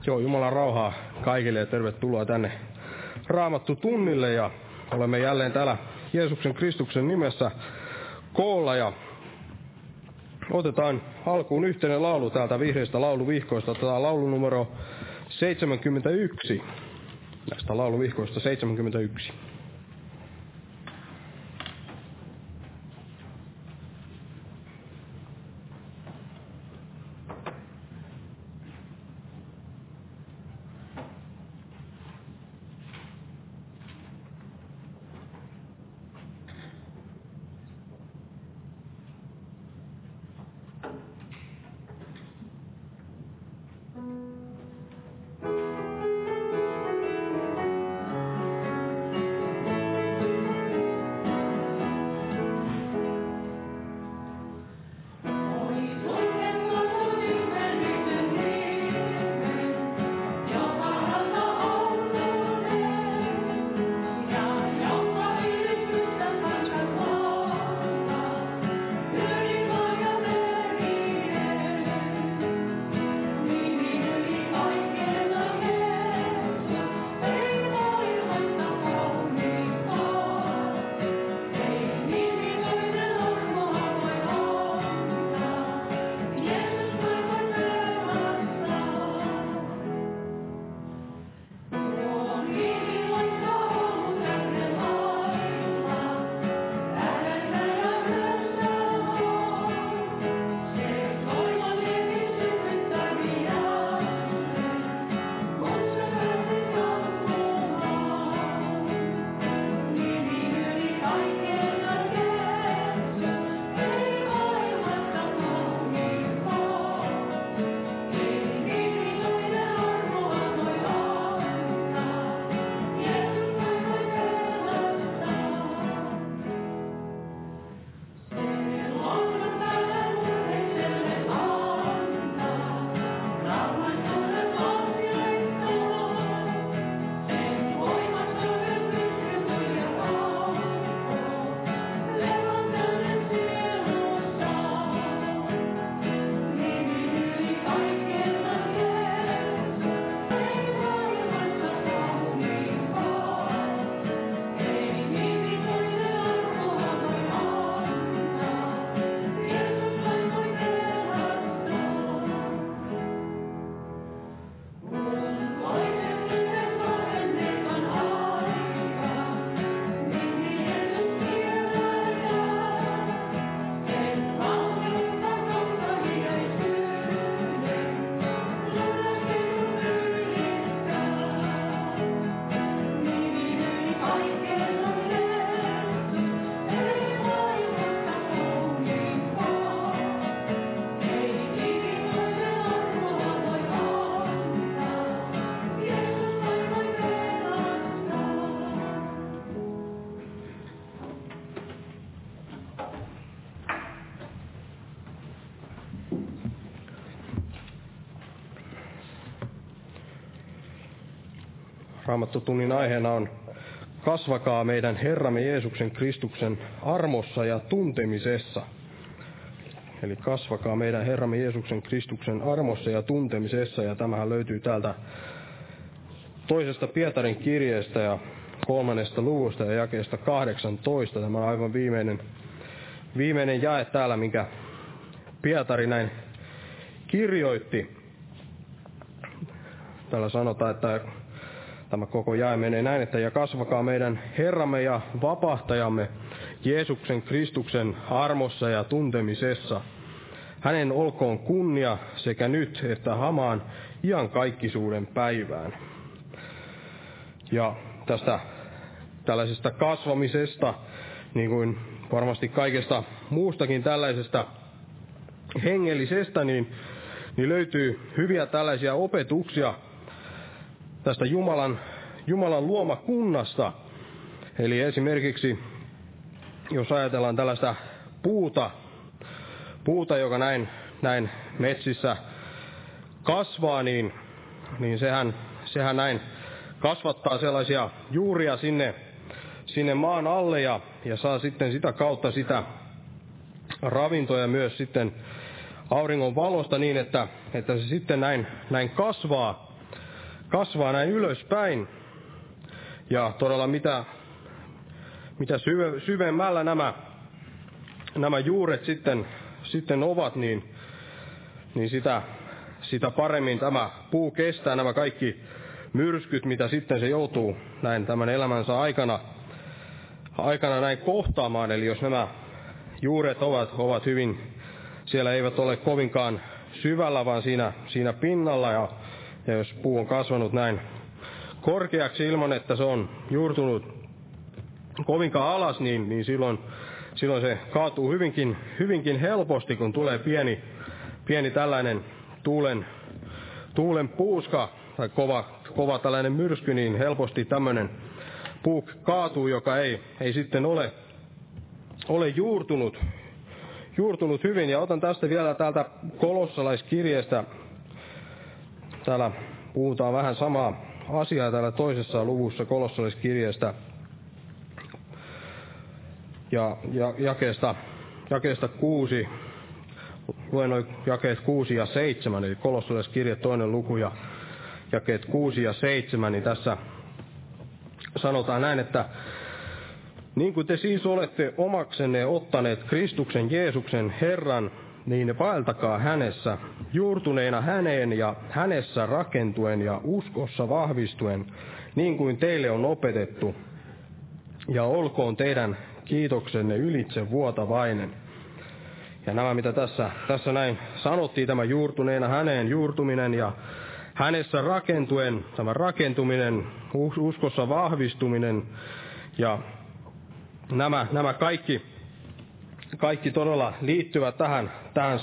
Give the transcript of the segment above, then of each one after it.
Joo, Jumalan rauhaa kaikille ja tervetuloa tänne Raamattu tunnille. Ja olemme jälleen täällä Jeesuksen Kristuksen nimessä koolla. Ja otetaan alkuun yhteinen laulu täältä vihreistä lauluvihkoista. Otetaan laulu numero 71. Näistä lauluvihkoista 71. Raamattutunnin aiheena on kasvakaa meidän Herramme Jeesuksen Kristuksen armossa ja tuntemisessa. Eli kasvakaa meidän Herramme Jeesuksen Kristuksen armossa ja tuntemisessa. Ja tämähän löytyy täältä toisesta Pietarin kirjeestä ja 3. luvusta ja jakeesta 18. Tämä on aivan viimeinen jae täällä, minkä Pietari näin kirjoitti. Täällä sanotaan, että tämä koko jae menee näin, että ja kasvakaa meidän Herramme ja vapahtajamme Jeesuksen Kristuksen armossa ja tuntemisessa. Hänen olkoon kunnia sekä nyt että hamaan iankaikkisuuden päivään. Ja tästä tällaisesta kasvamisesta, niin kuin varmasti kaikesta muustakin tällaisesta hengellisestä, niin löytyy hyviä tällaisia opetuksia tästä Jumalan luomakunnasta. Eli esimerkiksi, jos ajatellaan tällaista puuta joka näin metsissä kasvaa, niin sehän näin kasvattaa sellaisia juuria sinne maan alle ja saa sitten sitä kautta sitä ravintoja myös sitten auringon valosta niin, että se sitten näin kasvaa. kasvaa näin ylöspäin. Ja todella mitä syvemmällä nämä juuret sitten ovat, niin sitä paremmin tämä puu kestää nämä kaikki myrskyt, mitä sitten se joutuu näin tämän elämänsä aikana näin kohtaamaan. Eli jos nämä juuret ovat hyvin, siellä eivät ole kovinkaan syvällä, vaan siinä pinnalla, ja jos puu on kasvanut näin korkeaksi ilman, että se on juurtunut kovinkaan alas, niin silloin se kaatuu hyvinkin helposti, kun tulee pieni tällainen tuulen puuska tai kova tällainen myrsky, niin helposti tämmöinen puu kaatuu, joka ei sitten ole juurtunut hyvin. Ja otan tästä vielä täältä kolossalaiskirjeestä. Täällä puhutaan vähän samaa asiaa täällä toisessa luvussa kolossalaiskirjeestä. Ja jakeesta 6, luen noin jakeet 6 ja 7, eli kolossalaiskirje 2. luku ja jakeet 6 ja 7, niin tässä sanotaan näin, että niin kuin te siis olette omaksenne ottaneet Kristuksen Jeesuksen Herran, niin vaeltakaa hänessä, juurtuneina häneen ja hänessä rakentuen ja uskossa vahvistuen, niin kuin teille on opetettu, ja olkoon teidän kiitoksenne ylitse vuotavainen. Ja nämä, mitä tässä näin sanottiin, tämä juurtuneena häneen juurtuminen ja hänessä rakentuen, tämä rakentuminen, uskossa vahvistuminen, ja nämä kaikki todella liittyvät tähän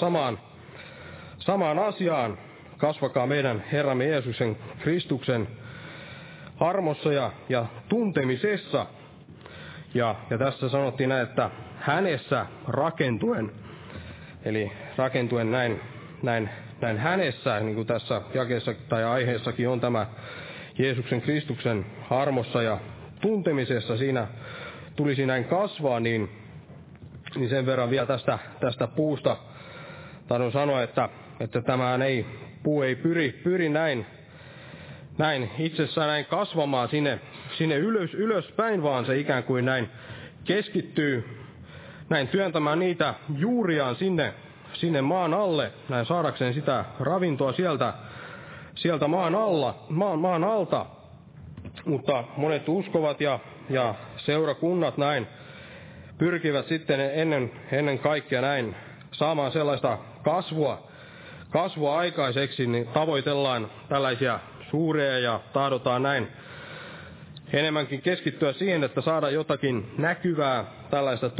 samaan asiaan. Kasvakaa meidän Herramme Jeesuksen Kristuksen armossa ja tuntemisessa. Ja tässä sanottiin näin, että hänessä rakentuen, eli rakentuen näin hänessä, niin kuin tässä jakeessa tai aiheessakin on tämä Jeesuksen Kristuksen armossa ja tuntemisessa, siinä tulisi näin kasvaa, niin sen verran vielä tästä puusta tahdon sanoa, että puu ei pyri näin itsessään näin kasvamaan sinne ylöspäin, vaan se ikään kuin näin keskittyy näin työntämään niitä juuriaan sinne maan alle, näin saadakseen sitä ravintoa sieltä maan alta. Mutta monet uskovat ja seurakunnat näin pyrkivät sitten ennen kaikkea näin saamaan sellaista kasvua aikaiseksi, niin tavoitellaan tällaisia suuria ja tahdotaan näin enemmänkin keskittyä siihen, että saada jotakin näkyvää tällaista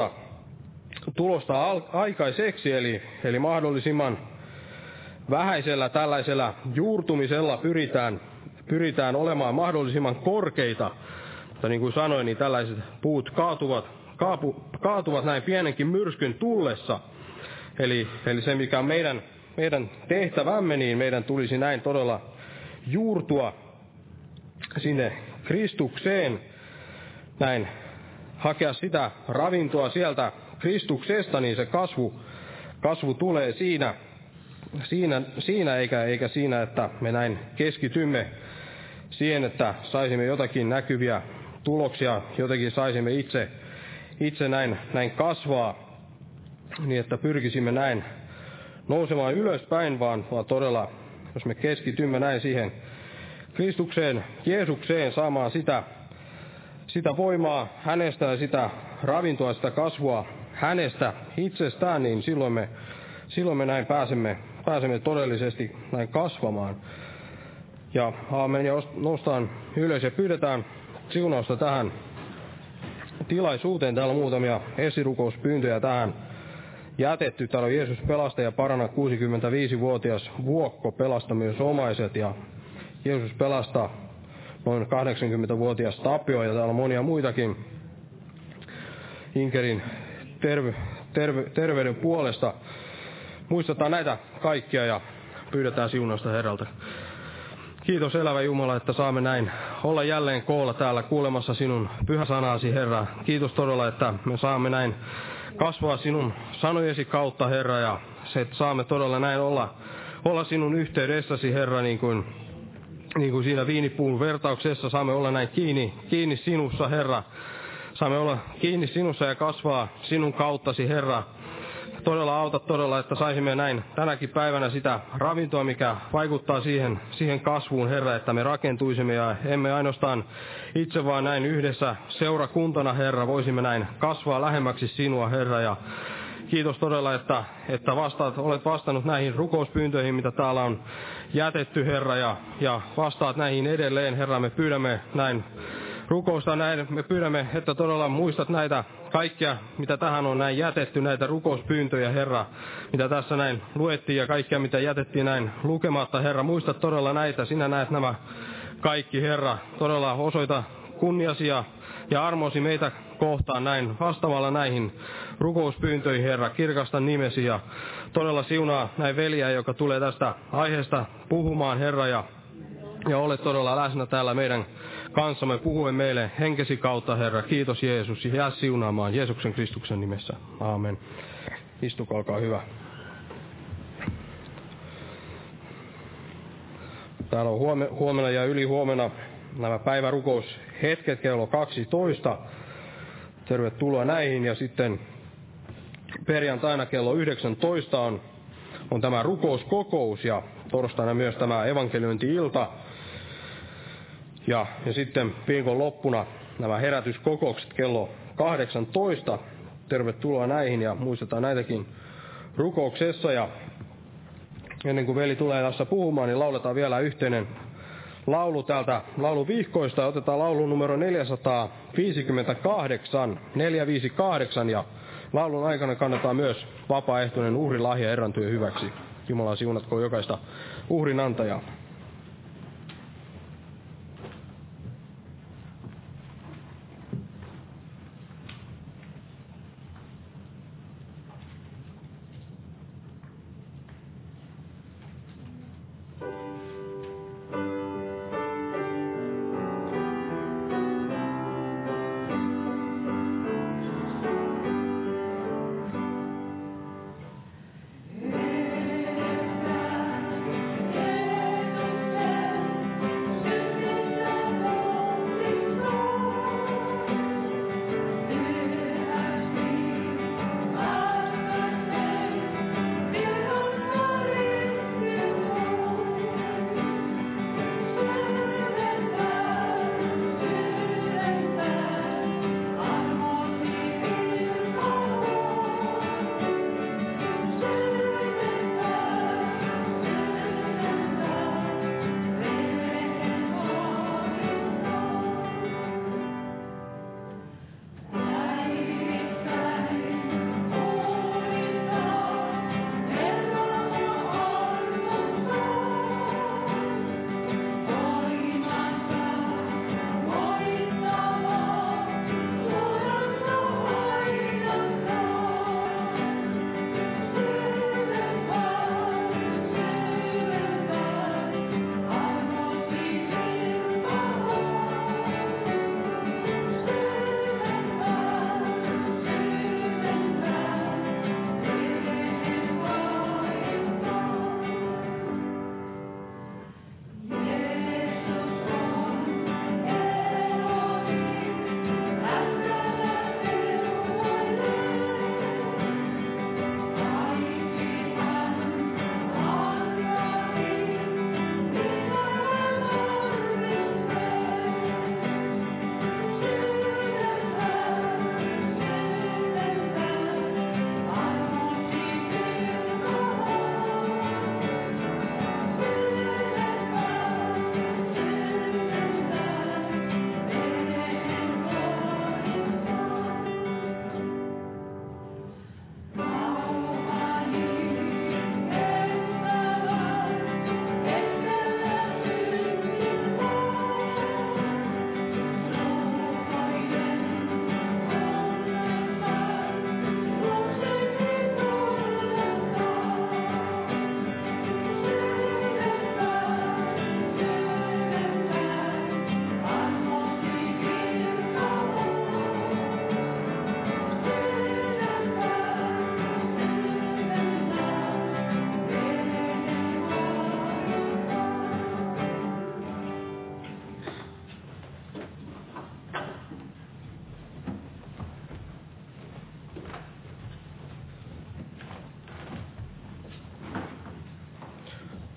tulosta aikaiseksi, eli mahdollisimman vähäisellä tällaisella juurtumisella pyritään olemaan mahdollisimman korkeita. Mutta niin kuin sanoin, niin tällaiset puut kaatuvat näin pienenkin myrskyn tullessa. Eli se, mikä on meidän tehtävämme, niin meidän tulisi näin todella juurtua sinne Kristukseen, näin hakea sitä ravintoa sieltä Kristuksesta, niin se kasvu tulee siinä eikä siinä, että me näin keskitymme siihen, että saisimme jotakin näkyviä tuloksia, jotenkin saisimme itse näin kasvaa, niin että pyrkisimme näin nousemaan ylöspäin, vaan todella, jos me keskitymme näin siihen Kristukseen, Jeesukseen, saamaan sitä voimaa hänestä ja sitä ravintoa, sitä kasvua hänestä itsestään, niin silloin me näin pääsemme todellisesti näin kasvamaan. Ja aamen, ja noustaan ylös ja pyydetään siunausta tähän tilaisuuteen. Täällä on muutamia esirukouspyyntöjä tähän jätetty. Täällä on Jeesus pelastaja parana 65-vuotias Vuokko, pelasta myös omaiset, ja Jeesus pelastaa noin 80-vuotias Tapio, ja täällä on monia muitakin Inkerin terveyden puolesta. Muistetaan näitä kaikkia ja pyydetään siunausta Herralta. Kiitos elävä Jumala, että saamme näin olla jälleen koolla täällä kuulemassa sinun pyhä sanasi, Herra. Kiitos todella, että me saamme näin kasvaa sinun sanojesi kautta, Herra, ja se, että saamme todella näin olla sinun yhteydessäsi, Herra, niin kuin niin kuin siinä viinipuun vertauksessa saamme olla näin kiinni sinussa, Herra. Saamme olla kiinni sinussa ja kasvaa sinun kauttasi, Herra. Todella auta todella, että saisimme näin tänäkin päivänä sitä ravintoa, mikä vaikuttaa siihen kasvuun, Herra, että me rakentuisimme ja emme ainoastaan itse vaan näin yhdessä seurakuntana, Herra, voisimme näin kasvaa lähemmäksi sinua, Herra, ja kiitos todella, että olet vastannut näihin rukouspyyntöihin, mitä täällä on jätetty, Herra, ja vastaat näihin edelleen, Herra. Me pyydämme näin rukousta näin, me pyydämme, että todella muistat näitä kaikkia, mitä tähän on näin jätetty, näitä rukouspyyntöjä, Herra, mitä tässä näin luettiin ja kaikkia, mitä jätettiin näin lukematta, Herra. Muistat todella näitä, sinä näet nämä kaikki, Herra. Todella osoita kunniasi ja armosi meitä kohtaan näin vastaamalla näihin rukouspyyntöihin, Herra. Kirkasta nimesi ja todella siunaa näin veliä, joka tulee tästä aiheesta puhumaan, Herra, ja ole todella läsnä täällä meidän kanssamme, puhuen meille henkesi kautta, Herra. Kiitos Jeesus, ja jää siunaamaan Jeesuksen Kristuksen nimessä. Aamen. Istukaa, olkaa hyvä. Täällä on huomenna ja ylihuomenna nämä päivärukoushetket kello 12. Tervetuloa näihin, ja sitten perjantaina kello 19 on tämä rukouskokous, ja torstaina myös tämä evankeliointi-ilta. Ja sitten viikon loppuna nämä herätyskokoukset kello 18. Tervetuloa näihin, ja muistetaan näitäkin rukouksessa. Ja ennen kuin veli tulee tässä puhumaan, niin lauletaan vielä yhteinen laulu täältä lauluvihkoista. Otetaan laulu numero 458, ja laulun aikana kannetaan myös vapaaehtoinen uhrilahja Herran työn hyväksi. Jumala siunatkoon jokaista uhrin antajaa.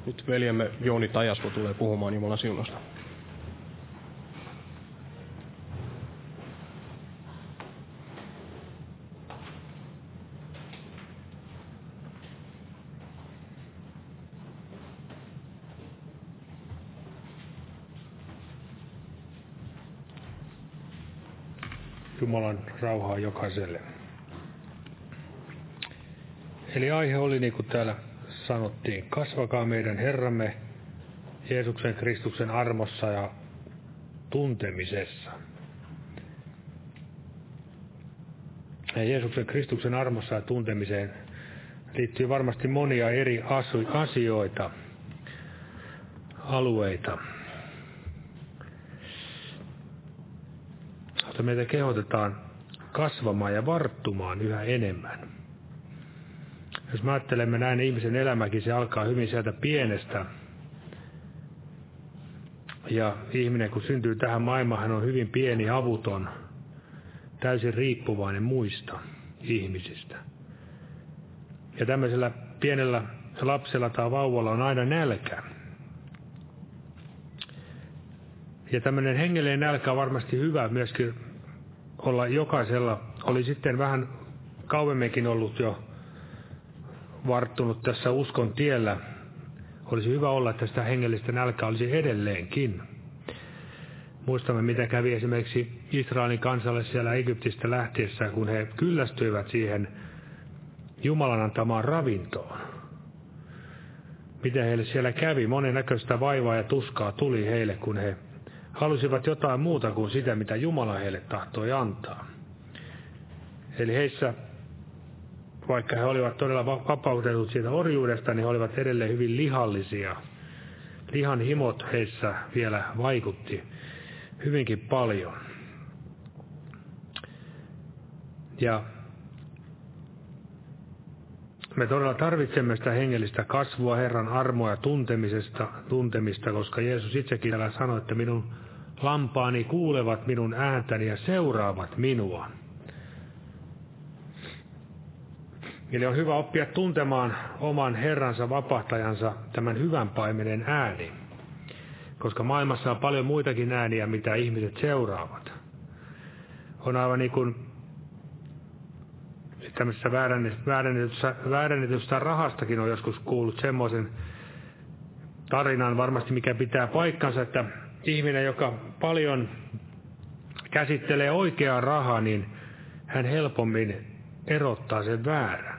Nyt veljemme Jouni Tajasvo tulee puhumaan Jumalan siunasta. Jumalan rauhaa jokaiselle. Eli aihe oli, niin kuin täällä sanottiin, kasvakaa meidän Herramme Jeesuksen Kristuksen armossa ja tuntemisessa. Ja Jeesuksen Kristuksen armossa ja tuntemiseen liittyy varmasti monia eri asioita, alueita. Mutta meitä kehotetaan kasvamaan ja varttumaan yhä enemmän. Jos me ajattelemme näin, ihmisen elämäkin, se alkaa hyvin sieltä pienestä. Ja ihminen, kun syntyy tähän maailmaan, hän on hyvin pieni, avuton, täysin riippuvainen muista ihmisistä. Ja tämmöisellä pienellä lapsella tai vauvalla on aina nälkä. Ja tämmöinen hengellinen nälkä on varmasti hyvä myöskin olla jokaisella. Oli sitten vähän kauemminkin ollut jo varttunut tässä uskon tiellä. Olisi hyvä olla, että sitä hengellistä nälkää olisi edelleenkin. Muistamme, mitä kävi esimerkiksi Israelin kansalle siellä Egyptistä lähtiessä, kun he kyllästyivät siihen Jumalan antamaan ravintoon. Miten heille siellä kävi, monennäköistä vaivaa ja tuskaa tuli heille, kun he halusivat jotain muuta kuin sitä, mitä Jumala heille tahtoi antaa. Eli heissä, vaikka he olivat todella vapautetut siitä orjuudesta, niin he olivat edelleen hyvin lihallisia. Lihan himot heissä vielä vaikutti hyvinkin paljon. Ja me todella tarvitsemme sitä hengellistä kasvua, Herran armoa ja tuntemista, koska Jeesus itsekin täällä sanoi, että minun lampaani kuulevat minun ääntäni ja seuraavat minua. Eli on hyvä oppia tuntemaan oman Herransa, vapahtajansa, tämän hyvän paimenen ääni, koska maailmassa on paljon muitakin ääniä, mitä ihmiset seuraavat. On aivan niin kuin tämmöisessä väärennetystä rahastakin on joskus kuullut semmoisen tarinan varmasti, mikä pitää paikkansa, että ihminen, joka paljon käsittelee oikeaa rahaa, niin hän helpommin erottaa sen väärän.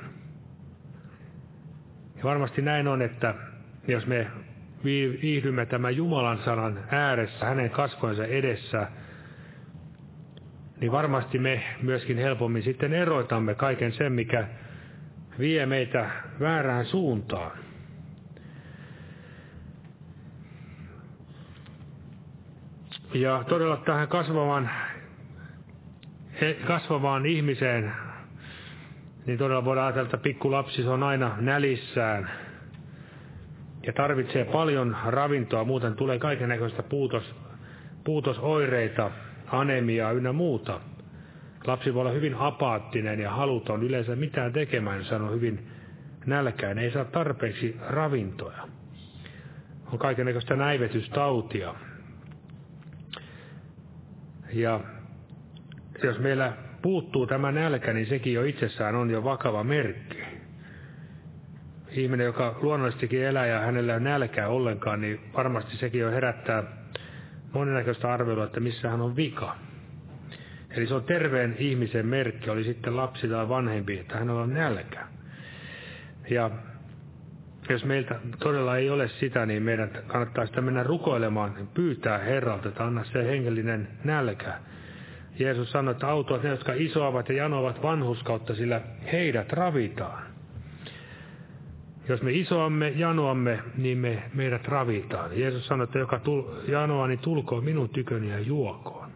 Ja varmasti näin on, että jos me viihdymme tämän Jumalan sanan ääressä, hänen kasvojensa edessä, niin varmasti me myöskin helpommin sitten eroitamme kaiken sen, mikä vie meitä väärään suuntaan. Ja todella tähän kasvavaan ihmiseen, niin todella voidaan ajatella, että pikkulapsi se on aina nälissään ja tarvitsee paljon ravintoa, muuten tulee kaikennäköistä puutosoireita, anemiaa ynnä muuta. Lapsi voi olla hyvin apaattinen ja haluton yleensä mitään tekemään, jos hän on hyvin nälkäinen, ei saa tarpeeksi ravintoja. On kaikennäköistä näivetystautia. Ja jos meillä puuttuu tämä nälkä, niin sekin jo itsessään on jo vakava merkki. Ihminen, joka luonnollisestikin elää ja hänellä ei ole nälkää ollenkaan, niin varmasti sekin jo herättää monennäköistä arvelua, että missä hän on vika. Eli se on terveen ihmisen merkki, oli sitten lapsi tai vanhempi, että hänellä on nälkä. Ja jos meiltä todella ei ole sitä, niin meidän kannattaa sitä mennä rukoilemaan, pyytää Herralta, että anna se hengellinen nälkä. Jeesus sanoi, että autuat ne, jotka isoavat ja janoavat vanhurskautta, sillä heidät ravitaan. Jos me isoamme, janoamme, niin meidät ravitaan. Jeesus sanoi, että joka janoaa, niin tulkoon minun tyköni ja juokoon.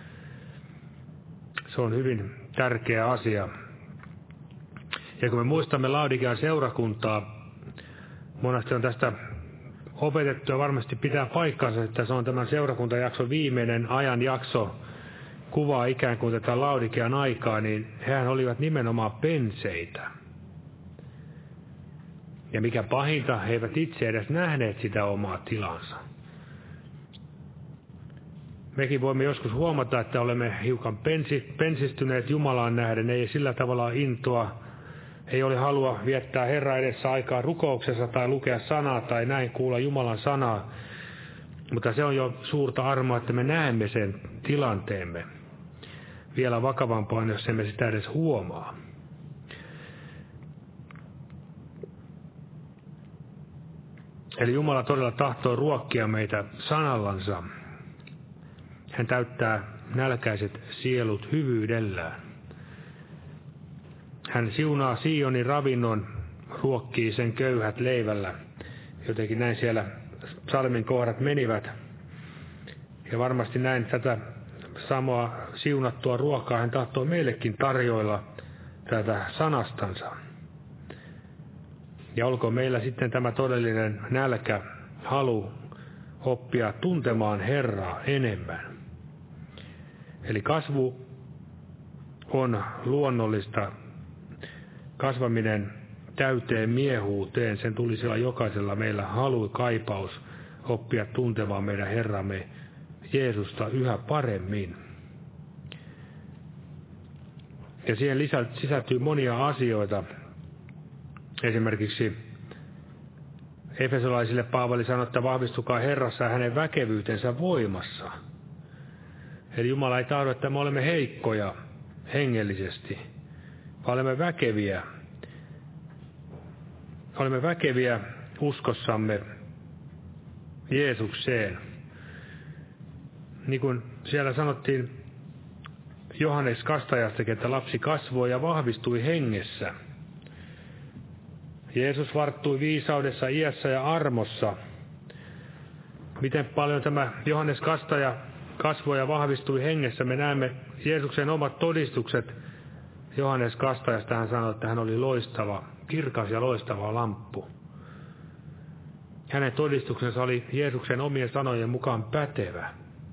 Se on hyvin tärkeä asia. Ja kun me muistamme Laodicean seurakuntaa, monesti on tästä opetettu ja varmasti pitää paikkansa, että se on tämän seurakuntajakson viimeinen ajanjakso, kuvaa ikään kuin tätä Laodicean aikaa, niin hehän olivat nimenomaan penseitä. Ja mikä pahinta, he eivät itse edes nähneet sitä omaa tilansa. Mekin voimme joskus huomata, että olemme hiukan pensistyneet Jumalaan nähden, ei sillä tavalla intoa, ei ole halua viettää Herran edessä aikaa rukouksessa tai lukea sanaa tai näin kuulla Jumalan sanaa. Mutta se on jo suurta armoa, että me näemme sen tilanteemme. Vielä vakavampaa, jos emme sitä edes huomaa. Eli Jumala todella tahtoo ruokkia meitä sanallansa. Hän täyttää nälkäiset sielut hyvyydellään. Hän siunaa Sionin ravinnon, ruokkii sen köyhät leivällä. Jotenkin näin siellä psalmin kohdat menivät. Ja varmasti näin tätä samaa siunattua ruokaa hän tahtoo meillekin tarjoilla tätä sanastansa. Ja olkoon meillä sitten tämä todellinen nälkä, halu oppia tuntemaan Herraa enemmän. Eli kasvu on luonnollista. Kasvaminen täyteen miehuuteen, sen tulisi olla jokaisella meillä halu, kaipaus oppia tuntemaan meidän Herramme Jeesusta yhä paremmin. Ja siihen sisältyy monia asioita. Esimerkiksi efesolaisille Paavali sanoi, että vahvistukaa Herrassa ja hänen väkevyytensä voimassa. Eli Jumala ei tahdo, että me olemme heikkoja hengellisesti, vaan olemme väkeviä. Olemme väkeviä uskossamme Jeesukseen. Niin kuin siellä sanottiin Johannes Kastajastakin, että lapsi kasvoi ja vahvistui hengessä. Jeesus varttui viisaudessa, iässä ja armossa. Miten paljon tämä Johannes Kastaja kasvoi ja vahvistui hengessä? Me näemme Jeesuksen omat todistukset. Johannes Kastajasta hän sanoi, että hän oli loistava, kirkas ja loistava lamppu. Hänen todistuksensa oli Jeesuksen omien sanojen mukaan pätevä.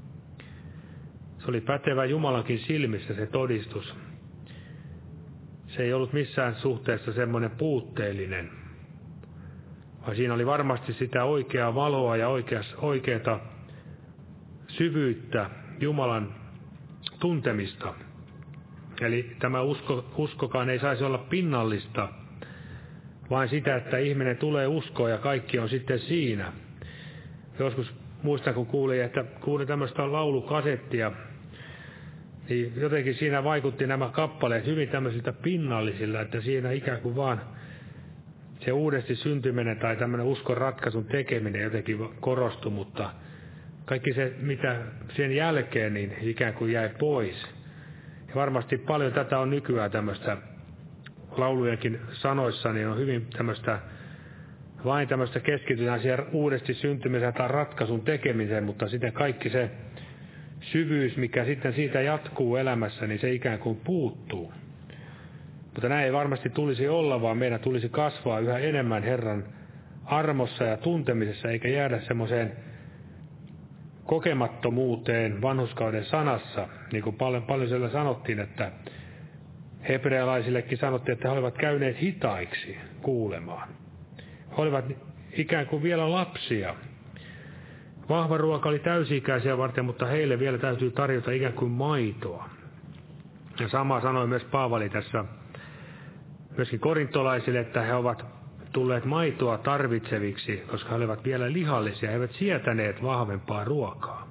Se oli pätevä Jumalankin silmissä se todistus. Se ei ollut missään suhteessa semmoinen puutteellinen, vaan siinä oli varmasti sitä oikeaa valoa ja oikeata syvyyttä, Jumalan tuntemista. Eli tämä uskokaan ei saisi olla pinnallista, vaan sitä, että ihminen tulee uskoa ja kaikki on sitten siinä. Joskus muistan, kun kuulin tämmöistä laulukasettia, niin jotenkin siinä vaikutti nämä kappaleet hyvin tämmöisiltä pinnallisilla, että siinä ikään kuin vaan se uudesti syntyminen tai tämmöinen uskon ratkaisun tekeminen jotenkin korostui, mutta kaikki se, mitä sen jälkeen, niin ikään kuin jäi pois. Ja varmasti paljon tätä on nykyään tämmöistä laulujenkin sanoissa, niin on hyvin vain tämmöistä keskitytään siihen uudesti syntymiseen tai ratkaisun tekemiseen, mutta sitten kaikki se syvyys, mikä sitten siitä jatkuu elämässä, niin se ikään kuin puuttuu. Mutta näin ei varmasti tulisi olla, vaan meidän tulisi kasvaa yhä enemmän Herran armossa ja tuntemisessa, eikä jäädä semmoiseen kokemattomuuteen vanhurskauden sanassa, niin kuin paljon siellä sanottiin, että hebrealaisillekin sanottiin, että he olivat käyneet hitaiksi kuulemaan. He olivat ikään kuin vielä lapsia. Vahva ruoka oli täysi-ikäisiä varten, mutta heille vielä täytyy tarjota ikään kuin maitoa. Ja sama sanoi myös Paavali tässä myöskin korintolaisille, että he ovat tulleet maitoa tarvitseviksi, koska he olivat vielä lihallisia, he eivät sietäneet vahvempaa ruokaa.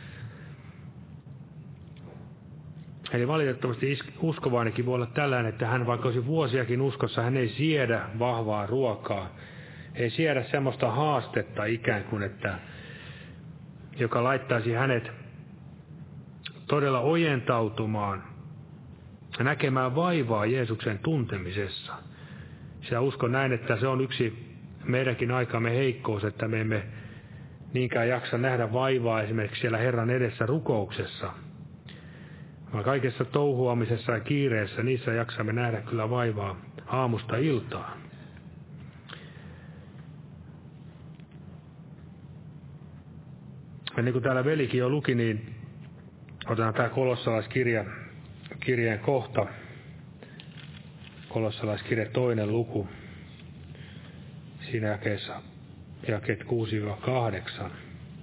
Eli valitettavasti uskovainenkin voi olla tällainen, että hän vaikka olisi vuosiakin uskossa, hän ei siedä vahvaa ruokaa, ei siedä semmoista haastetta ikään kuin, joka laittaisi hänet todella ojentautumaan ja näkemään vaivaa Jeesuksen tuntemisessa. Sillä uskon näin, että se on yksi meidänkin aikamme heikkous, että me emme niinkään jaksa nähdä vaivaa esimerkiksi siellä Herran edessä rukouksessa. Vaan kaikessa touhuamisessa ja kiireessä, niissä jaksamme nähdä kyllä vaivaa aamusta iltaan. Ja niin kuin täällä velikin jo luki, niin otetaan tämä kolossalaiskirjeen kohta. Kolossalaiskirje 2. luku. siinä jakeet 6-8.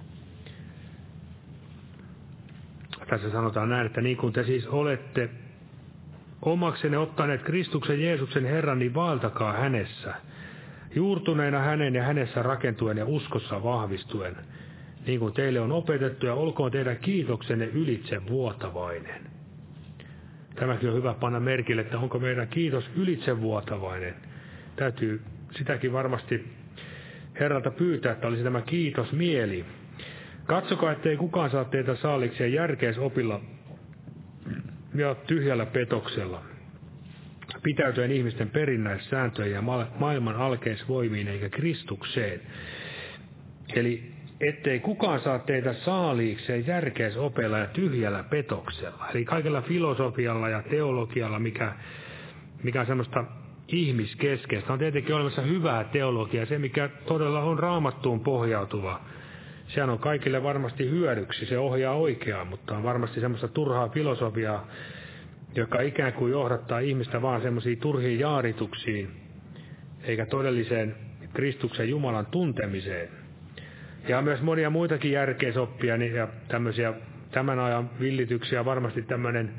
Tässä sanotaan näin, että niin kuin te siis olette omaksenne ottaneet Kristuksen Jeesuksen Herran, niin vaeltakaa hänessä, juurtuneena hänen ja hänessä rakentuen ja uskossa vahvistuen, niin kuin teille on opetettu, ja olkoon teidän kiitoksenne ylitse vuotavainen. Tämäkin on hyvä panna merkille, että onko meidän kiitos ylitse vuotavainen. Täytyy sitäkin varmasti Herralta pyytää, että olisi tämä kiitosmieli. Katsokaa, ettei kukaan saa teitä saalikseen järkeisopilla ja tyhjällä petoksella, pitäytyen ihmisten perinnäissääntöjen ja maailman alkeisvoimiin eikä Kristukseen. Eli ettei kukaan saa teitä saaliikseen järkeisopilla ja tyhjällä petoksella. Eli kaikella filosofialla ja teologialla, mikä on semmoista ihmiskeskeistä. On tietenkin olemassa hyvää teologiaa, se mikä todella on Raamattuun pohjautuva. Sehän on kaikille varmasti hyödyksi, se ohjaa oikeaan, mutta on varmasti semmoista turhaa filosofiaa, joka ikään kuin johdattaa ihmistä vaan semmoisiin turhiin jaarituksiin, eikä todelliseen Kristuksen Jumalan tuntemiseen. Ja myös monia muitakin järkeisoppia ja tämmöisiä tämän ajan villityksiä, varmasti tämmöinen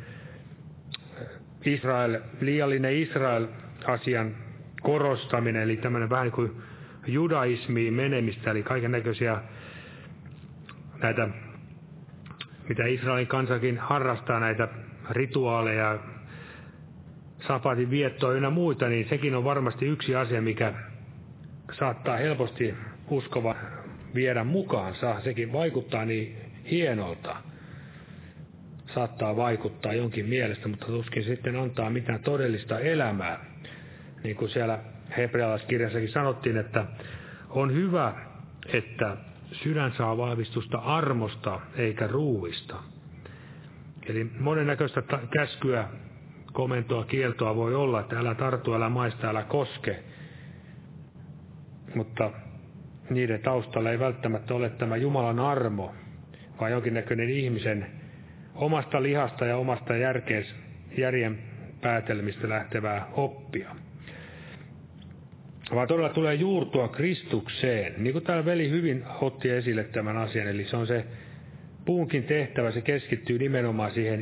liiallinen Israel-asian korostaminen, eli tämmöinen vähän niin kuin judaismiin menemistä, eli kaiken näköisiä näitä, mitä Israelin kansakin harrastaa, näitä rituaaleja, sapatin viettoa ynnä muita, niin sekin on varmasti yksi asia, mikä saattaa helposti uskova viedä mukaansa. Sekin vaikuttaa niin hienolta. Saattaa vaikuttaa jonkin mielestä, mutta tuskin sitten antaa mitään todellista elämää. Niin kuin siellä hebrealaiskirjassakin sanottiin, että on hyvä, että sydän saa vahvistusta armosta eikä ruuista. Eli monennäköistä käskyä, komentoa, kieltoa voi olla, että älä tartu, älä maista, älä koske. Mutta niiden taustalla ei välttämättä ole tämä Jumalan armo, vaan jonkinnäköinen ihmisen omasta lihasta ja omasta järjen päätelmistä lähtevää oppia. Vaan todella tulee juurtua Kristukseen. Niin kuin täällä veli hyvin otti esille tämän asian, eli se on se puunkin tehtävä, se keskittyy nimenomaan siihen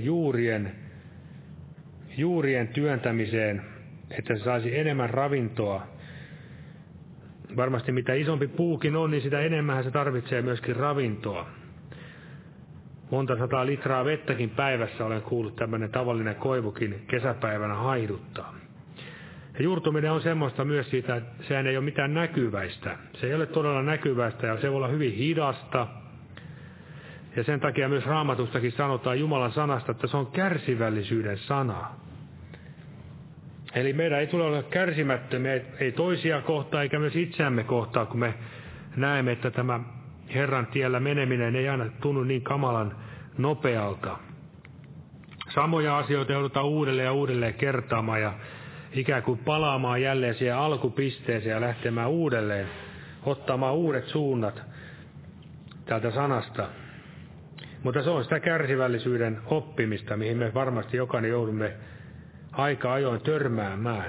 juurien työntämiseen, että se saisi enemmän ravintoa. Varmasti mitä isompi puukin on, niin sitä enemmän se tarvitsee myöskin ravintoa. Monta 100 litraa vettäkin päivässä olen kuullut tämmöinen tavallinen koivukin kesäpäivänä haihduttaa. Ja juurtuminen on semmoista myös siitä, että sehän ei ole mitään näkyväistä. Se ei ole todella näkyväistä ja se voi olla hyvin hidasta. Ja sen takia myös Raamatustakin sanotaan Jumalan sanasta, että se on kärsivällisyyden sana. Eli meidän ei tule olla kärsimättömiä, ei toisia kohtaan eikä myös itseämme kohtaan, kun me näemme, että tämä Herran tiellä meneminen ei aina tunnu niin kamalan nopealta. Samoja asioita joudutaan uudelleen ja uudelleen kertaamaan ja ikään kuin palaamaan jälleen siihen alkupisteeseen ja lähtemään uudelleen, ottamaan uudet suunnat tältä sanasta. Mutta se on sitä kärsivällisyyden oppimista, mihin me varmasti jokainen joudumme aika ajoin törmäämään.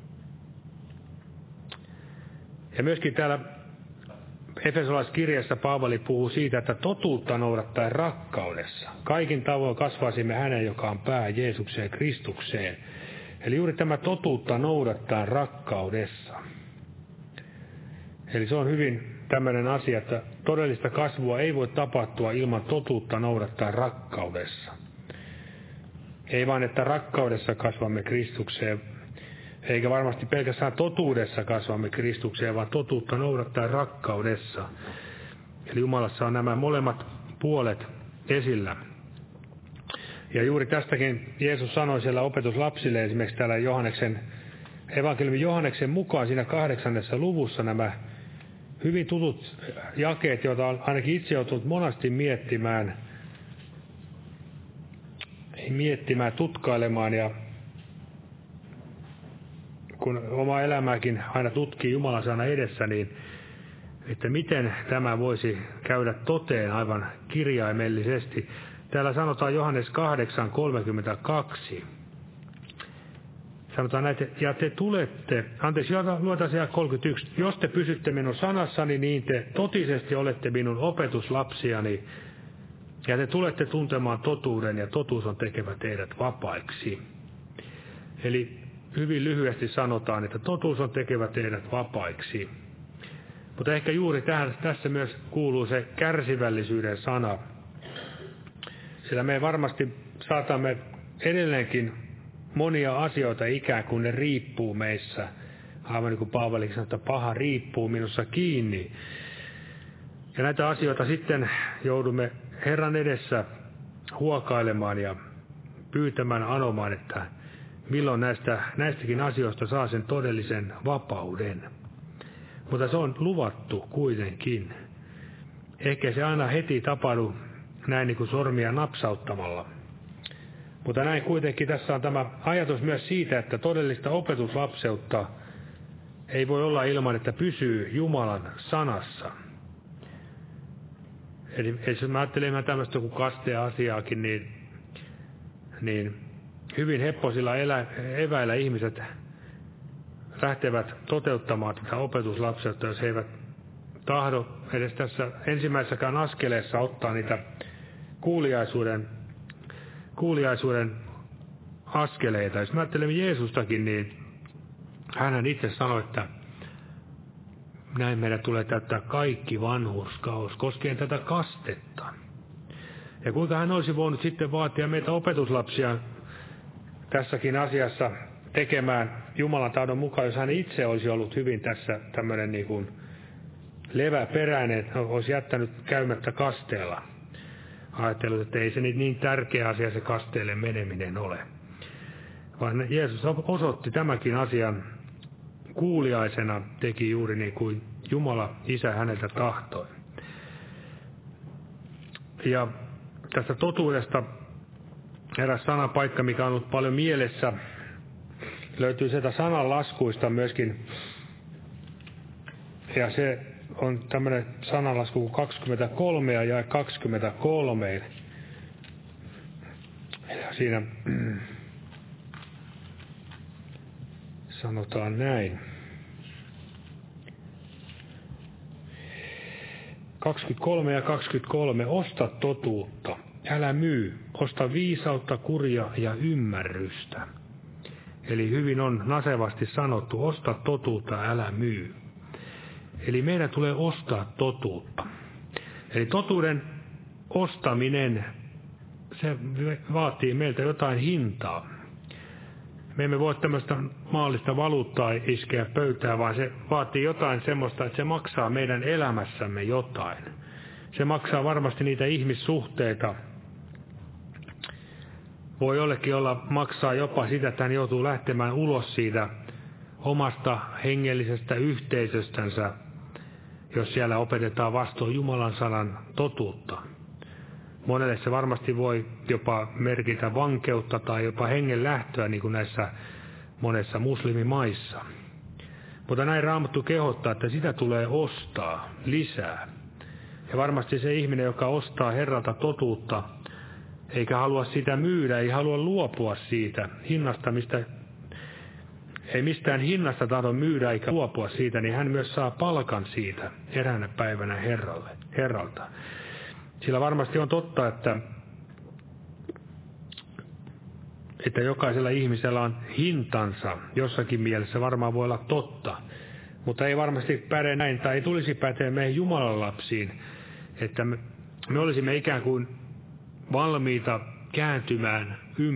Ja myöskin täällä Efesolaiskirjassa Paavali puhuu siitä, että totuutta noudattaen rakkaudessa. Kaikin tavoin kasvaisimme hänen, joka on pää, Jeesukseen Kristukseen. Eli juuri tämä totuutta noudattaen rakkaudessa. Eli se on hyvin tämmöinen asia, että todellista kasvua ei voi tapahtua ilman totuutta noudattaen rakkaudessa. Ei vaan, että rakkaudessa kasvamme Kristukseen, eikä varmasti pelkästään totuudessa kasvamme Kristukseen, vaan totuutta noudattaen rakkaudessa. Eli Jumalassa on nämä molemmat puolet esillä. Ja juuri tästäkin Jeesus sanoi siellä opetuslapsille esimerkiksi täällä evankeliumin Johanneksen mukaan siinä 8. luvussa nämä hyvin tutut jakeet, joita on ainakin itse joutunut monasti miettimään, tutkailemaan ja kun oma elämääkin aina tutkii Jumalan sana edessä, niin että miten tämä voisi käydä toteen aivan kirjaimellisesti. Täällä sanotaan Johannes 8:32. sanotaan näin, ja te tulette, luetaan siellä 31, jos te pysytte minun sanassani, niin te totisesti olette minun opetuslapsiani, ja te tulette tuntemaan totuuden, ja totuus on tekevä teidät vapaiksi. Eli hyvin lyhyesti sanotaan, että totuus on tekevä teidät vapaiksi. Mutta ehkä juuri tässä myös kuuluu se kärsivällisyyden sana. Sillä me varmasti saatamme edelleenkin monia asioita ikään kuin ne riippuu meissä. Aivan niin kuin Paavali sanoi, että paha riippuu minussa kiinni. Ja näitä asioita sitten joudumme Herran edessä huokailemaan ja pyytämään, anomaan, että milloin näistäkin asioista saa sen todellisen vapauden. Mutta se on luvattu kuitenkin. Ehkä se aina heti tapahdu näin niin kuin sormia napsauttamalla. Mutta näin kuitenkin tässä on tämä ajatus myös siitä, että todellista opetuslapseutta ei voi olla ilman, että pysyy Jumalan sanassa. Eli jos mä ajattelen tämmöistä kuin kastea-asiaakin, niin hyvin hepposilla eväillä ihmiset lähtevät toteuttamaan tätä opetuslapseutta, jos he eivät tahdo edes tässä ensimmäisessäkään askeleessa ottaa niitä kuuliaisuuden askeleita. Jos mä ajattelen Jeesustakin, niin hän itse sanoi, että näin meidän tulee täyttää kaikki vanhurskaus koskien tätä kastetta. Ja kuinka hän olisi voinut sitten vaatia meitä opetuslapsia tässäkin asiassa tekemään Jumalan tahdon mukaan, jos hän itse olisi ollut hyvin tässä tämmöinen niin kuin leväperäinen, olisi jättänyt käymättä kasteella. Ajatellut, että ei se niin tärkeä asia se kasteelle meneminen ole. Vaan Jeesus osoitti tämäkin asian kuuliaisena, teki juuri niin kuin Jumala Isä häneltä tahtoi. Ja tästä totuudesta eräs sanapaikka, mikä on ollut paljon mielessä, löytyy sieltä sananlaskuista myöskin. Ja se on tämmöinen sananlasku 23 ja jae 23. Ja siinä sanotaan näin. 23 ja 23. Osta totuutta, älä myy, osta viisautta, kuria ja ymmärrystä. Eli hyvin on nasevasti sanottu, osta totuutta, älä myy. Eli meidän tulee ostaa totuutta. Eli totuuden ostaminen, se vaatii meiltä jotain hintaa. Me emme voi tämmöistä maallista valuuttaa iskeä pöytään, vaan se vaatii jotain semmoista, että se maksaa meidän elämässämme jotain. Se maksaa varmasti niitä ihmissuhteita. Voi jollekin maksaa jopa sitä, että hän joutuu lähtemään ulos siitä omasta hengellisestä yhteisöstänsä, jos siellä opetetaan vastoin Jumalan sanan totuutta. Monelle se varmasti voi jopa merkitä vankeutta tai jopa hengen lähtöä, niin kuin näissä monessa muslimimaissa. Mutta näin Raamattu kehottaa, että sitä tulee ostaa lisää. Ja varmasti se ihminen, joka ostaa Herralta totuutta, eikä halua sitä myydä, ei halua luopua siitä hinnasta, ei mistään hinnasta tahdo myydä eikä luopua siitä, niin hän myös saa palkan siitä eräänä päivänä Herralta. Sillä varmasti on totta, että jokaisella ihmisellä on hintansa, jossakin mielessä varmaan voi olla totta, mutta ei varmasti päde näin, tai ei tulisi päteä meihin Jumalan lapsiin, että me olisimme ikään kuin valmiita kääntymään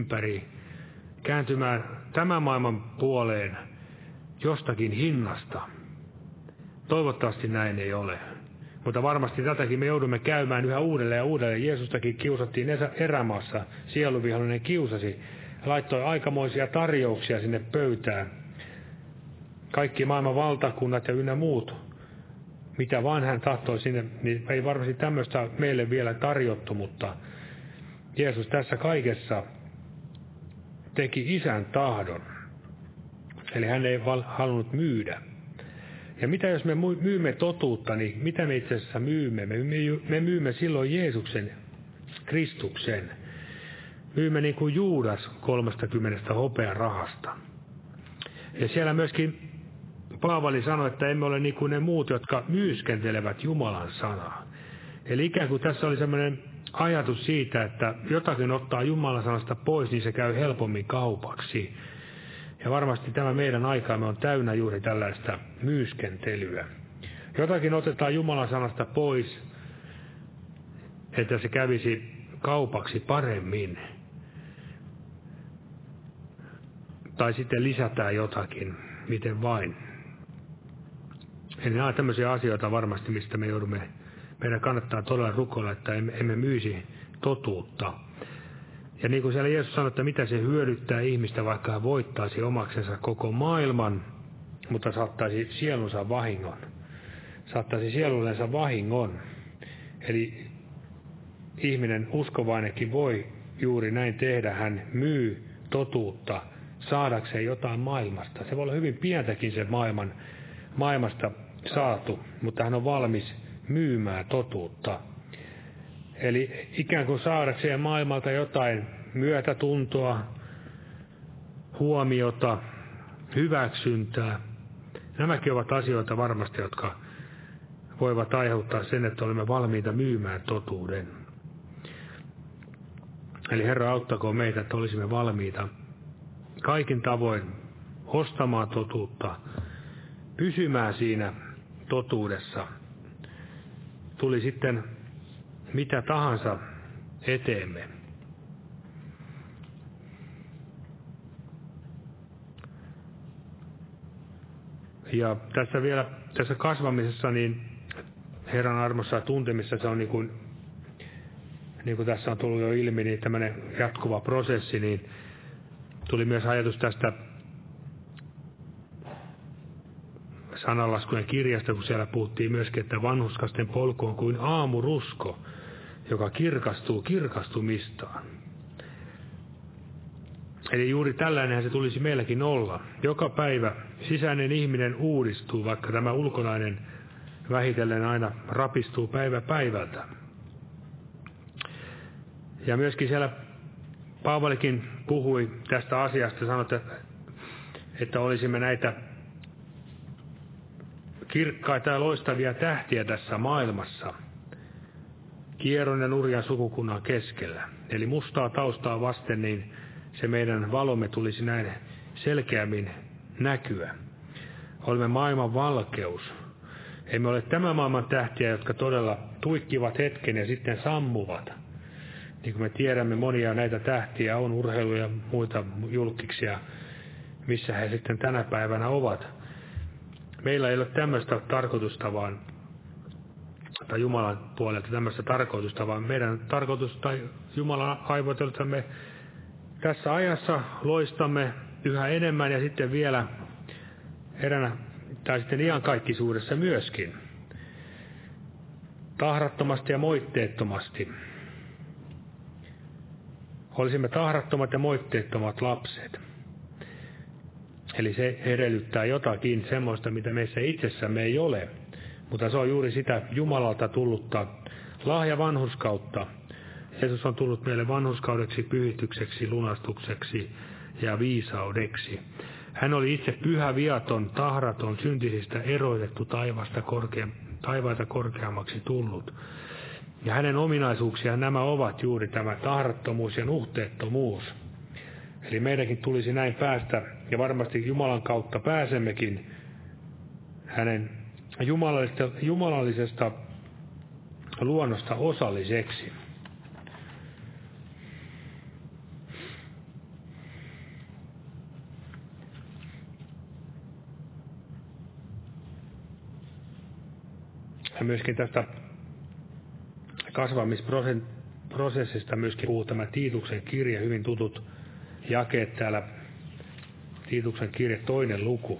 tämän maailman puoleen jostakin hinnasta. Toivottavasti näin ei ole. Mutta varmasti tätäkin me joudumme käymään yhä uudelleen ja uudelleen. Jeesustakin kiusattiin erämaassa. Sieluvihollinen kiusasi. Laittoi aikamoisia tarjouksia sinne pöytään. Kaikki maailman valtakunnat ja ynnä muut. Mitä vaan hän tahtoi sinne, niin ei varmasti tämmöistä meille vielä tarjottu, mutta Jeesus tässä kaikessa teki Isän tahdon. Eli hän ei halunnut myydä. Ja mitä jos me myymme totuutta, niin mitä me itse asiassa myymme? Me myymme silloin Jeesuksen, Kristuksen. Myymme niin kuin Juudas 30 hopearahasta. Ja siellä myöskin Paavali sanoi, että emme ole niin kuin ne muut, jotka myyskentelevät Jumalan sanaa. Eli ikään kuin tässä oli sellainen ajatus siitä, että jotakin ottaa Jumalan sanasta pois, niin se käy helpommin kaupaksi. Ja varmasti tämä meidän aikaamme on täynnä juuri tällaista myyskentelyä. Jotakin otetaan Jumalan sanasta pois, että se kävisi kaupaksi paremmin. Tai sitten lisätään jotakin, miten vain. Eli nämä on tämmöisiä asioita varmasti, mistä meidän kannattaa todella rukoilla, että emme myisi totuutta. Ja niin kuin siellä Jeesus sanoi, että mitä se hyödyttää ihmistä, vaikka hän voittaisi omaksensa koko maailman, mutta saattaisi sielunsa vahingon. Saattaisi sielullensa vahingon. Eli ihminen uskovainenkin voi juuri näin tehdä. Hän myy totuutta saadakseen jotain maailmasta. Se voi olla hyvin pientäkin se maailmasta saatu, mutta hän on valmis myymään totuutta. Eli ikään kuin saadakseen maailmalta jotain myötätuntoa, huomiota, hyväksyntää. Nämäkin ovat asioita varmasti, jotka voivat aiheuttaa sen, että olemme valmiita myymään totuuden. Eli Herra auttakoon meitä, että olisimme valmiita kaikin tavoin ostamaan totuutta, pysymään siinä totuudessa. Tuli sitten mitä tahansa eteemme. Ja tässä kasvamisessa, niin Herran armossa ja tuntemisessa se on niin kuin tässä on tullut jo ilmi, niin tämmöinen jatkuva prosessi, niin tuli myös ajatus tästä sananlaskujen kirjasta, kun siellä puhuttiin myöskin, että vanhurskasten polku on kuin aamurusko, joka kirkastuu kirkastumistaan. Eli juuri tällainenhän se tulisi meilläkin olla. Joka päivä sisäinen ihminen uudistuu, vaikka tämä ulkonainen vähitellen aina rapistuu päivä päivältä. Ja myöskin siellä Paavalikin puhui tästä asiasta, sanoi, että olisimme näitä kirkkaita ja loistavia tähtiä tässä maailmassa, kieron ja nurjan sukukunnan keskellä. Eli mustaa taustaa vasten, niin se meidän valomme tulisi näin selkeämmin näkyä. Olemme maailman valkeus. Emme ole tämän maailman tähtiä, jotka todella tuikkivat hetken ja sitten sammuvat. Niin kuin me tiedämme, monia näitä tähtiä on urheilu- ja muita julkkiksia, missä he sitten tänä päivänä ovat. Meillä ei ole tämmöistä tarkoitusta, tai Jumalan puolelta tämmöistä tarkoitusta, vaan meidän tarkoitus tai Jumalan aivoitelta me tässä ajassa loistamme yhä enemmän ja sitten vielä eränä, tai sitten iankaikkisuudessa myöskin, tahrattomasti ja moitteettomasti. Olisimme tahrattomat ja moitteettomat lapset. Eli se edellyttää jotakin semmoista, mitä meissä itsessämme ei ole. Mutta se on juuri sitä Jumalalta tullutta lahja vanhurskautta. Jeesus on tullut meille vanhurskaudeksi, pyhitykseksi, lunastukseksi ja viisaudeksi. Hän oli itse pyhä, viaton, tahraton, syntisistä erotettu taivaita korkeammaksi tullut. Ja hänen ominaisuuksiaan nämä ovat juuri tämä tahrattomuus ja nuhteettomuus. Eli meidänkin tulisi näin päästä, ja varmasti Jumalan kautta pääsemmekin hänen jumalallisesta luonnosta osalliseksi. Ja myöskin tästä kasvamisprosessista myöskin puhuu tämä Tiituksen kirja, hyvin tutut jakeet täällä, Tiituksen kirja 2. luku.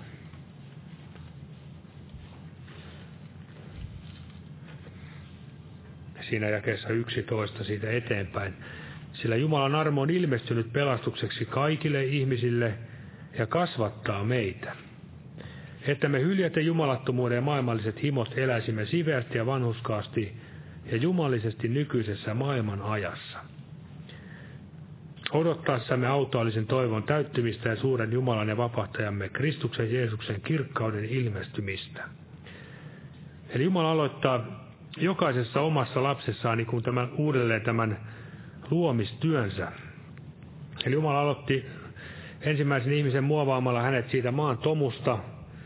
Siinä jakeessa 11 siitä eteenpäin. Sillä Jumalan armo on ilmestynyt pelastukseksi kaikille ihmisille ja kasvattaa meitä, että me hyljäten jumalattomuuden ja maailmalliset himot eläisimme siveästi ja vanhurskaasti ja jumalisesti nykyisessä maailman ajassa. odottaessamme autuaallisen toivon täyttymistä ja suuren Jumalan ja vapahtajamme Kristuksen Jeesuksen kirkkauden ilmestymistä. Eli Jumala aloittaa jokaisessa omassa lapsessaan niin kuin tämän luomistyönsä. Eli Jumala aloitti ensimmäisen ihmisen muovaamalla hänet siitä maan tomusta.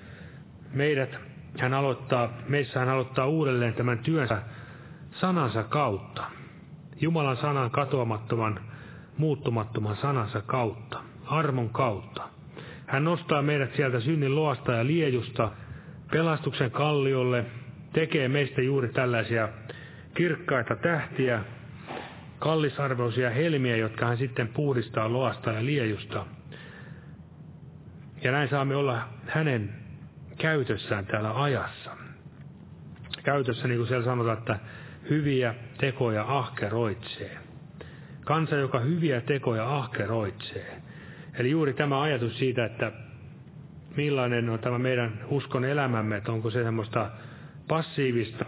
Meissä hän aloittaa uudelleen tämän työnsä sanansa kautta. Jumalan sanan katoamattoman, muuttumattoman sanansa kautta, armon kautta. Hän nostaa meidät sieltä synnin loasta ja liejusta pelastuksen kalliolle, tekee meistä juuri tällaisia kirkkaita tähtiä, kallisarvoisia helmiä, jotka hän sitten puhdistaa loasta ja liejusta. Ja näin saamme olla hänen käytössään täällä ajassa. Käytössä, niin kuin siellä sanotaan, että hyviä tekoja ahkeroitsee. Kansa, joka hyviä tekoja ahkeroitsee. Eli juuri tämä ajatus siitä, että millainen on tämä meidän uskon elämämme, että onko se semmoista passiivista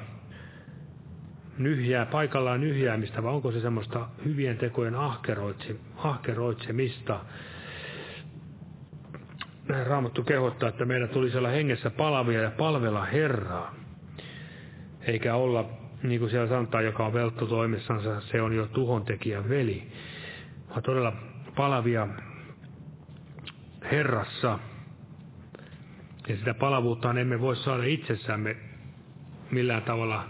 paikallaan nyhjäämistä, vai onko se semmoista hyvien tekojen ahkeroitsemista. Näin Raamattu kehottaa, että meidän tulisi olla hengessä palavia ja palvella Herraa. Eikä olla, niin kuin siellä sanotaan, joka on veltto toimessansa, se on jo tuhontekijän veli. Vaan todella palavia Herrassa. Ja sitä palavuuttaan emme voi saada itsessämme millään tavalla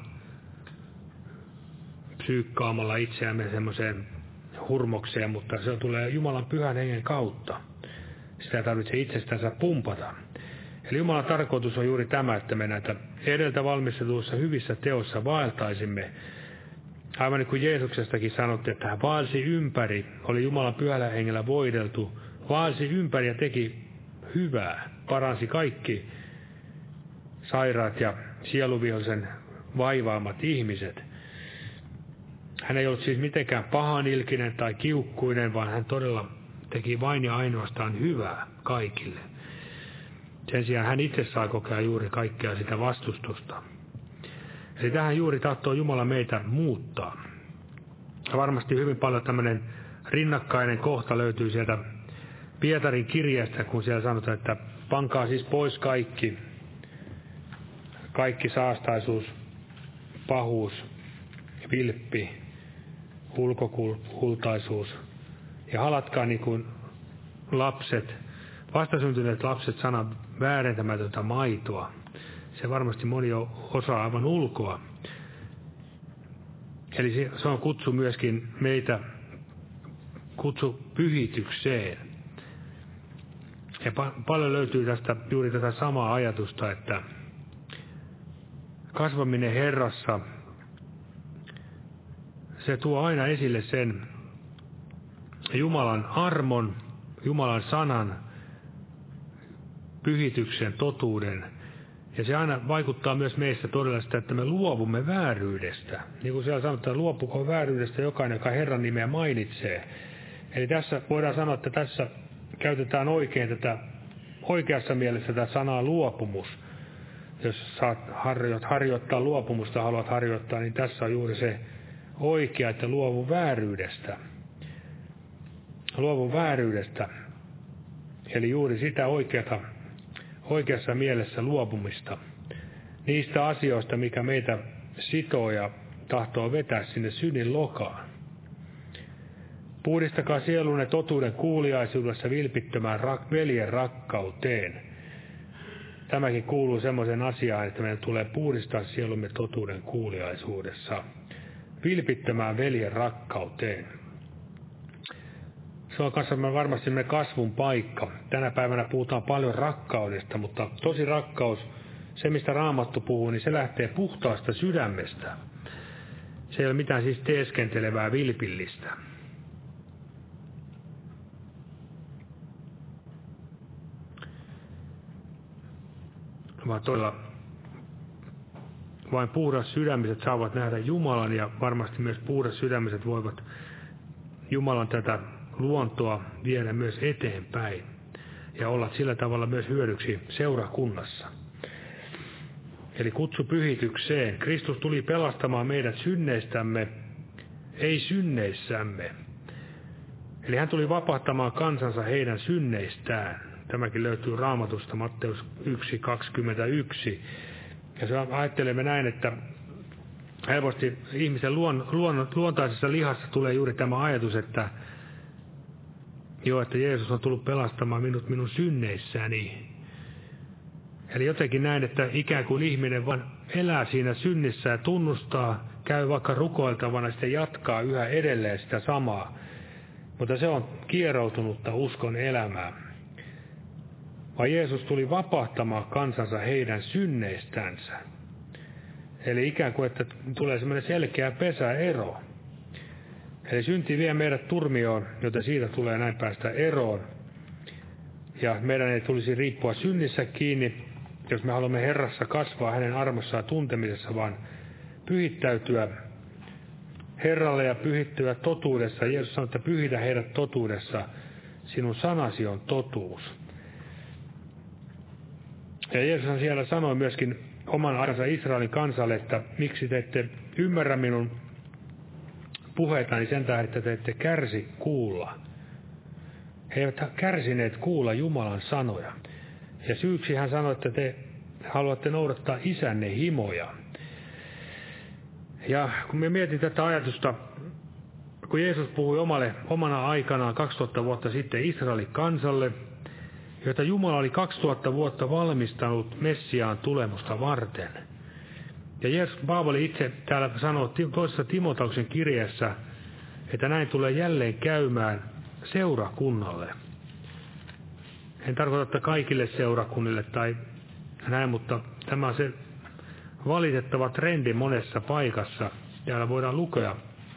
psyykkaamalla itseämme semmoiseen hurmokseen, mutta se tulee Jumalan pyhän hengen kautta. Sitä ei tarvitse itsestänsä pumpata. Eli Jumalan tarkoitus on juuri tämä, että me näitä edeltä valmistetuissa hyvissä teoissa vaeltaisimme. Aivan niin kuin Jeesuksestakin sanottiin, että hän vaelsi ympäri, oli Jumalan pyhällä hengellä voideltu, vaelsi ympäri ja teki hyvää, paransi kaikki sairaat ja sieluvihollisen vaivaamat ihmiset. Hän ei ollut siis mitenkään pahanilkinen tai kiukkuinen, vaan hän todella teki vain ja ainoastaan hyvää kaikille. Sen sijaan hän itse saa kokea juuri kaikkea sitä vastustusta. Eli tähän juuri tahtoo Jumala meitä muuttaa. Ja varmasti hyvin paljon tämmöinen rinnakkainen kohta löytyy sieltä Pietarin kirjeestä, kun siellä sanotaan, että pankaa siis pois kaikki saastaisuus, pahuus, vilppi, ulkokultaisuus ja halatkaa niin kuin lapset, vastasyntyneet lapset sanan väärentämätöntä maitoa. Se varmasti moni osaa aivan ulkoa. Eli se on kutsu myöskin meitä, kutsu pyhitykseen. Ja paljon löytyy tästä juuri tätä samaa ajatusta, että kasvaminen Herrassa, se tuo aina esille sen Jumalan armon, Jumalan sanan, pyhityksen, totuuden. Ja se aina vaikuttaa myös meissä todella sitä, että me luovumme vääryydestä. Niin kuin siellä sanotaan, luopukoon vääryydestä jokainen, joka Herran nimeä mainitsee. Eli tässä voidaan sanoa, että tässä käytetään oikeassa mielessä tätä sanaa luopumus. Jos saat harjoittaa luopumusta, haluat harjoittaa, niin tässä on juuri se oikea, että luovu vääryydestä. Luovu vääryydestä. Eli juuri sitä oikeassa mielessä luopumista. Niistä asioista, mikä meitä sitoo ja tahtoo vetää sinne synnin lokaan. Puhdistakaa sielunne totuuden kuuliaisuudessa vilpittömään veljen rakkauteen. Tämäkin kuuluu semmoisen asiaan, että meidän tulee puhdistaa sielumme totuuden kuuliaisuudessa. Vilpittömään veljen rakkauteen. Se on kanssa varmasti meidän kasvun paikka. Tänä päivänä puhutaan paljon rakkaudesta, mutta tosi rakkaus, se mistä Raamattu puhuu, niin se lähtee puhtaasta sydämestä. Se ei ole mitään siis teeskentelevää vilpillistä. Vaan todella vain puhdas sydämiset saavat nähdä Jumalan, ja varmasti myös puhdas sydämiset voivat Jumalan tätä luontoa viedä myös eteenpäin ja olla sillä tavalla myös hyödyksi seurakunnassa. Eli kutsu pyhitykseen. Kristus tuli pelastamaan meidät synneistämme, ei synneissämme. Eli hän tuli vapahtamaan kansansa heidän synneistään. Tämäkin löytyy Raamatusta, Matteus 1:21. Ja se ajattelemme näin, että helposti ihmisen luontaisessa lihassa tulee juuri tämä ajatus, että Jeesus on tullut pelastamaan minut minun synneissäni. Eli jotenkin näin, että ikään kuin ihminen vaan elää siinä synnissä ja tunnustaa, käy vaikka rukoiltavana ja sitten jatkaa yhä edelleen sitä samaa. Mutta se on kieroutunutta uskon elämää. Vaan Jeesus tuli vapahtamaan kansansa heidän synneistänsä. Eli ikään kuin, että tulee semmoinen selkeä pesäero. Eli synti vie meidät turmioon, joten siitä tulee näin päästä eroon. Ja meidän ei tulisi riippua synnissä kiinni, jos me haluamme Herrassa kasvaa hänen armossaan tuntemisessa, vaan pyhittäytyä Herralle ja pyhittyä totuudessa. Jeesus sanoi, että pyhitä heidät totuudessa, sinun sanasi on totuus. Ja Jeesus siellä sanoi myöskin oman aikansa Israelin kansalle, että miksi te ette ymmärrä minun puheitani sen tähden, että te ette kärsi kuulla. He eivät kärsineet kuulla Jumalan sanoja. Ja syyksi hän sanoi, että te haluatte noudattaa isänne himoja. Ja kun me mietin tätä ajatusta, kun Jeesus puhui omana aikanaan 2000 vuotta sitten Israelin kansalle, jota Jumala oli 2000 vuotta valmistanut Messiaan tulemusta varten. Ja Jeesus Paavali itse täällä sanoo toisessa Timoteuksen kirjeessä, että näin tulee jälleen käymään seurakunnalle. En tarkoita, että kaikille seurakunnille tai näin, mutta tämä on se valitettava trendi monessa paikassa. Täällä voidaan lukea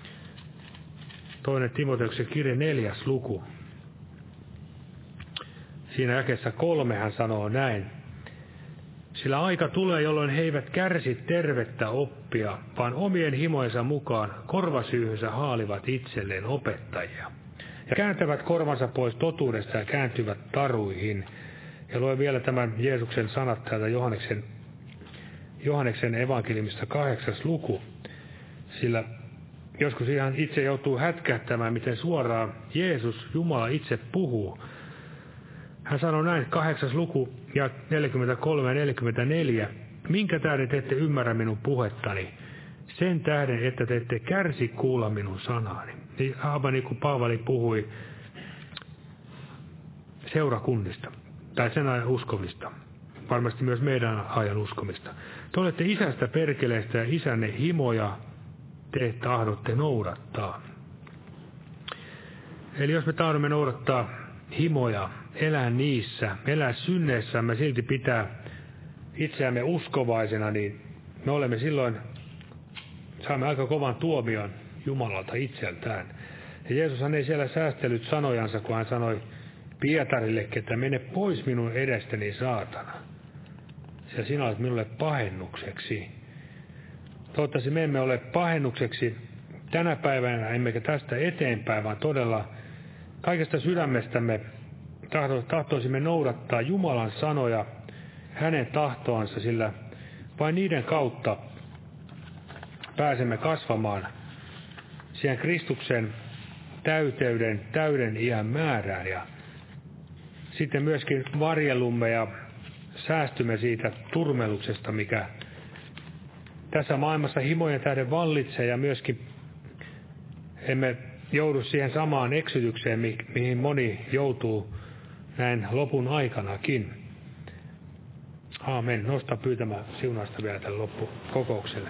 2. Timoteuksen kirje 4. luku. Siinä jakeessa 3 hän sanoo näin. Sillä aika tulee, jolloin he eivät kärsi tervettä oppia, vaan omien himojensa mukaan korvasyyhynsä haalivat itselleen opettajia. Ja kääntävät korvansa pois totuudesta ja kääntyvät taruihin. Ja luen vielä tämän Jeesuksen sanat täältä Johanneksen evankeliumista 8. luku. Sillä joskus ihan itse joutuu hätkähtämään, miten suoraan Jeesus, Jumala itse puhuu. Hän sanoo näin, 8. luku ja 43 ja 44. Minkä tähden te ette ymmärrä minun puhettani? Sen tähden, että te ette kärsi kuulla minun sanani. Niin kuin Paavali puhui seurakunnista, tai sen ajan uskomista. Varmasti myös meidän ajan uskomista. Te olette isästä perkeleestä ja isänne himoja te tahdotte noudattaa. Eli jos me tahdomme noudattaa himoja, elää niissä, elää synneissämme, silti pitää itseämme uskovaisena, niin me olemme silloin, saamme aika kovan tuomion Jumalalta itseltään. Ja Jeesushan ei siellä säästellyt sanojansa, kun hän sanoi Pietarillekin, että mene pois minun edestäni, saatana. Sillä sinä olet minulle pahennukseksi. Toivottavasti me emme ole pahennukseksi tänä päivänä, emmekä tästä eteenpäin, vaan todella kaikesta sydämestämme tahtoisimme noudattaa Jumalan sanoja, hänen tahtoansa, sillä vain niiden kautta pääsemme kasvamaan siihen Kristuksen täyden iän määrään ja sitten myöskin varjelumme ja säästymme siitä turmeluksesta, mikä tässä maailmassa himojen tähden vallitsee ja myöskin emme joudu siihen samaan eksytykseen, mihin moni joutuu näin lopun aikanakin. Aamen. Nosta pyytämään siunausta vielä tämän loppukokoukselle.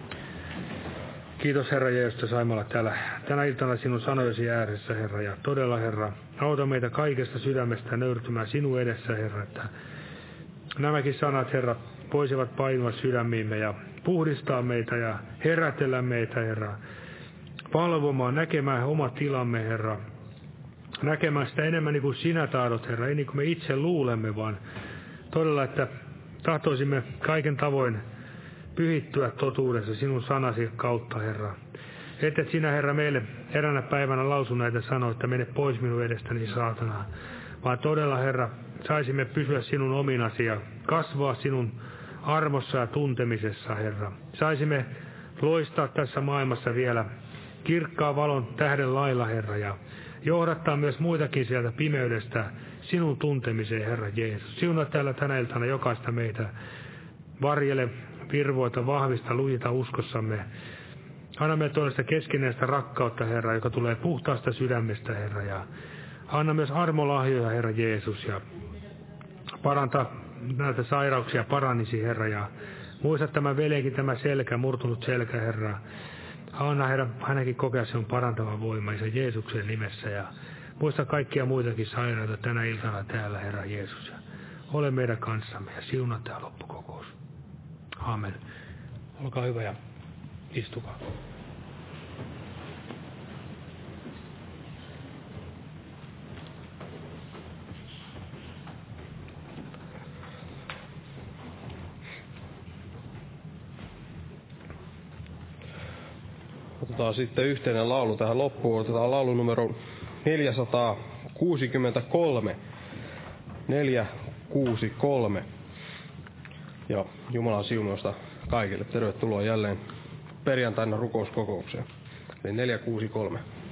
Kiitos Herra Jeesus, että saimme olla täällä tänä iltana sinun sanojesi ääressä, Herra. Ja todella, Herra, auta meitä kaikesta sydämestä nöyrtymään sinun edessä, Herra. Että nämäkin sanat, Herra, voisivat painua sydämiimme ja puhdistaa meitä ja herätellä meitä, Herra. Palvomaan, näkemään oma tilamme, Herra. Näkemään sitä enemmän niin kuin sinä tahdot, Herra. Ei niin kuin me itse luulemme, vaan todella, että tahtoisimme kaiken tavoin pyhittyä totuudessa sinun sanasi kautta, Herra. Et sinä, Herra, meille eräänä päivänä lausu näitä sanoja, että mene pois minun edestäni, saatana. Vaan todella, Herra, saisimme pysyä sinun ominasi ja kasvaa sinun armossa ja tuntemisessa, Herra. Saisimme loistaa tässä maailmassa vielä kirkkaan valon tähden lailla, Herra, ja johdattaa myös muitakin sieltä pimeydestä sinun tuntemiseen, Herra Jeesus. Siunaa täällä tänä iltana jokaista meitä. Varjele, virvoita, vahvista, lujita uskossamme. Anna meille tuollaista keskinäistä rakkautta, Herra, joka tulee puhtaasta sydämestä, Herra. Ja anna myös armolahjoja, Herra Jeesus, ja paranta näitä sairauksia paranisi, Herra. Ja muista tämä veljekin, tämä selkä, murtunut selkä, Herra. Anna, Herra, hänenkin kokea sinun parantava voima Isä Jeesuksen nimessä. Ja muista kaikkia muitakin sairaita tänä iltana täällä, Herra Jeesus. Ja ole meidän kanssamme ja siunaa tämä loppukokous. Aamen. Olkaa hyvä ja istukaa. Otetaan sitten yhteinen laulu tähän loppuun. Otetaan laulu numero 463. 463. Ja Jumalan siunausta kaikille. Tervetuloa jälleen perjantaina rukouskokoukseen. Eli 463.